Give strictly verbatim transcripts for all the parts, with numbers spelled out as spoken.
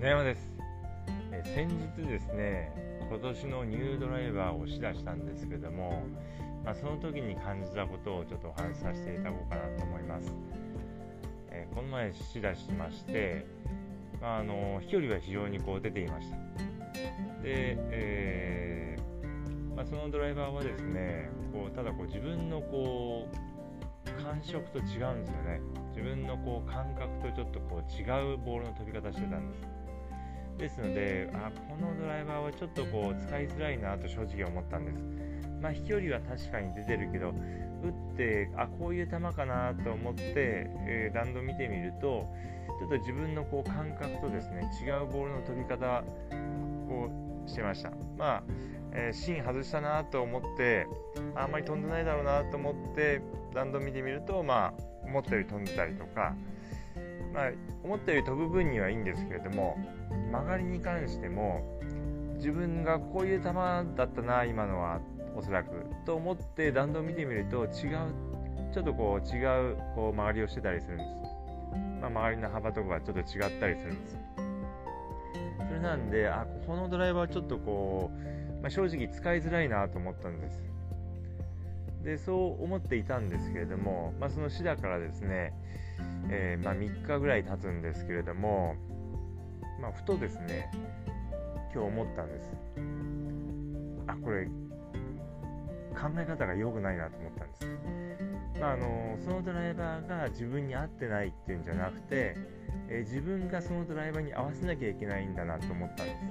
寺山です。え先日ですね、今年のニュードライバーをしだしたんですけども、まあ、その時に感じたことをちょっとお話しさせていただこうかなと思います。えー、この前しだしまして、まあ、あの飛距離は非常にこう出ていました。で、えーまあ、そのドライバーはですね、こうただこう自分のこう感触と違うんですよね。自分のこう感覚とちょっとこう違うボールの飛び方してたんです。ですので、あこのドライバーはちょっとこう使いづらいなと正直思ったんです。まあ飛距離は確かに出てるけど、打ってあこういう球かなと思って、えー、弾道見てみると、ちょっと自分のこう感覚とですね違うボールの飛び方をしてました。まあ、えー、芯外したなと思って、あんまり飛んでないだろうなと思って弾道見てみると、まあ思ったより飛んでたりとか、まあ思ったより飛ぶ分にはいいんですけれども、曲がりに関しても自分がこういう球だったな今のはおそらくと思って弾道を見てみると違うちょっとこう違うこう曲がりをしてたりするんです。まあ、曲がりの幅とかがちょっと違ったりするんです。それなんであこのドライバーはちょっとこう、まあ、正直使いづらいなと思ったんです。でそう思っていたんですけれども、まあ、そのシダからですね、えーまあ、みっかぐらい経つんですけれども、まあ、ふとですね今日思ったんです。あこれ考え方が良くないなと思ったんです。まあ、あのそのドライバーが自分に合ってないっていうんじゃなくて、えー、自分がそのドライバーに合わせなきゃいけないんだなと思ったんです。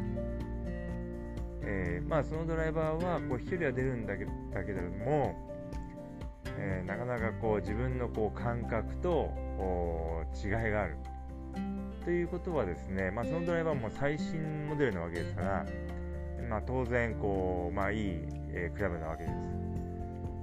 えーまあ、そのドライバーはこう飛距離は出るんだけど、だけれども、えー、なかなかこう自分のこう感覚と違いがあるということはですね、まあ、そのドライバーも最新モデルなわけですから、まあ、当然こう、まあ、いい、えー、クラブなわけです。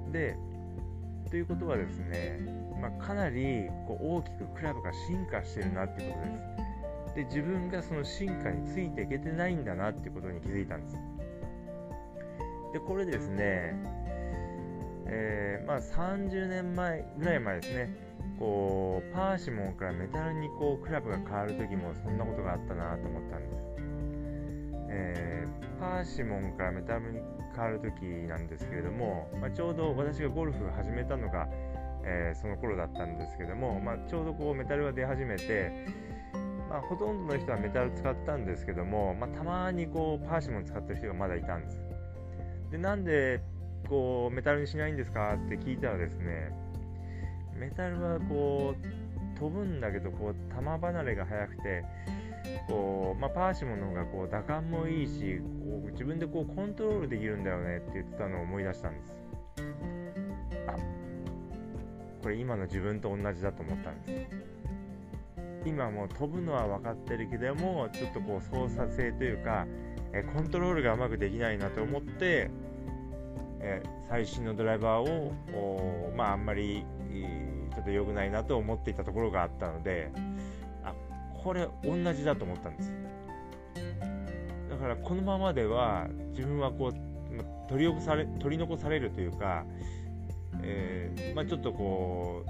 でということはですね、まあ、かなりこう大きくクラブが進化しているなっていうことです。で自分がその進化についていけてないんだなっていうことに気づいたんです。でこれですね、えーまあ、さんじゅうねんまえぐらい前ですね、こうパーシモンからメタルにこうクラブが変わる時もそんなことがあったなと思ったんです。えー、パーシモンからメタルに変わる時なんですけれども、まあ、ちょうど私がゴルフを始めたのが、えー、その頃だったんですけども、まあ、ちょうどこうメタルが出始めて、まあ、ほとんどの人はメタル使ったんですけども、まあ、たまにこうパーシモン使ってる人がまだいたんです。でなんでこうメタルにしないんですかって聞いたらですね、メタルはこう飛ぶんだけどこう球離れが速くてこう、まあ、パーシモンの方がこう打感もいいしこう自分でこうコントロールできるんだよねって言ってたのを思い出したんです。あこれ今の自分と同じだと思ったんです。今もう飛ぶのは分かってるけどもちょっとこう操作性というかえコントロールがうまくできないなと思ってえ最新のドライバーをまああんまりちょっと良くないなと思っていたところがあったので、あこれ同じだと思ったんです。だからこのままでは自分はこう取り残され、取り残されるというか、えーまあ、ちょっとこう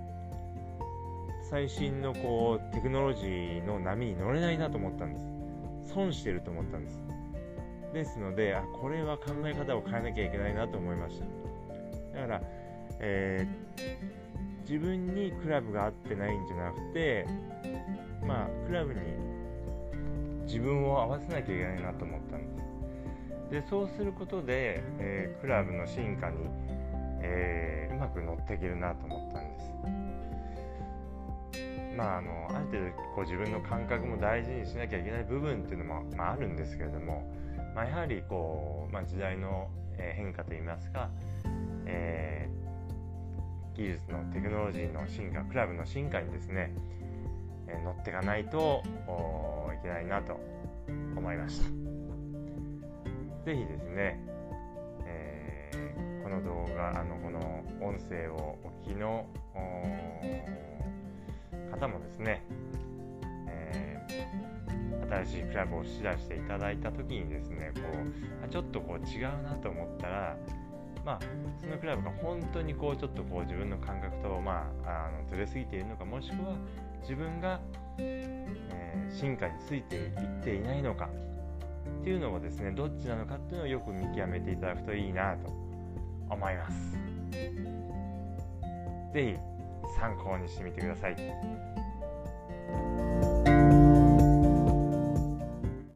最新のこうテクノロジーの波に乗れないなと思ったんです。損してると思ったんです。ですのであこれは考え方を変えなきゃいけないなと思いました。だから、えー、自分にクラブが合ってないんじゃなくて、まあクラブに自分を合わせなきゃいけないなと思ったんです。でそうすることで、えー、クラブの進化に、えー、うまく乗っていけるなと思ったんです。まあ、あのある程度こう自分の感覚も大事にしなきゃいけない部分っていうのも、まあ、あるんですけれども、まあ、やはりこう、まあ、時代の変化といいますか、えー、技術のテクノロジーの進化、クラブの進化にですね、えー、乗っていかないといけないなと思いました。ぜひですね、えー、この動画あのこの音声をお聞きの方もですね、えー、新しいクラブをしだしていただいた時にですねこうちょっとこう違うなと思ったら、まあ、そのクラブが本当にこうちょっとこう自分の感覚と、まあ、あのずれすぎているのか、もしくは自分が、えー、 進化についていっていないのかっていうのをですね、どっちなのかっていうのをよく見極めていただくといいなと思います。ぜひ参考にしてみてください。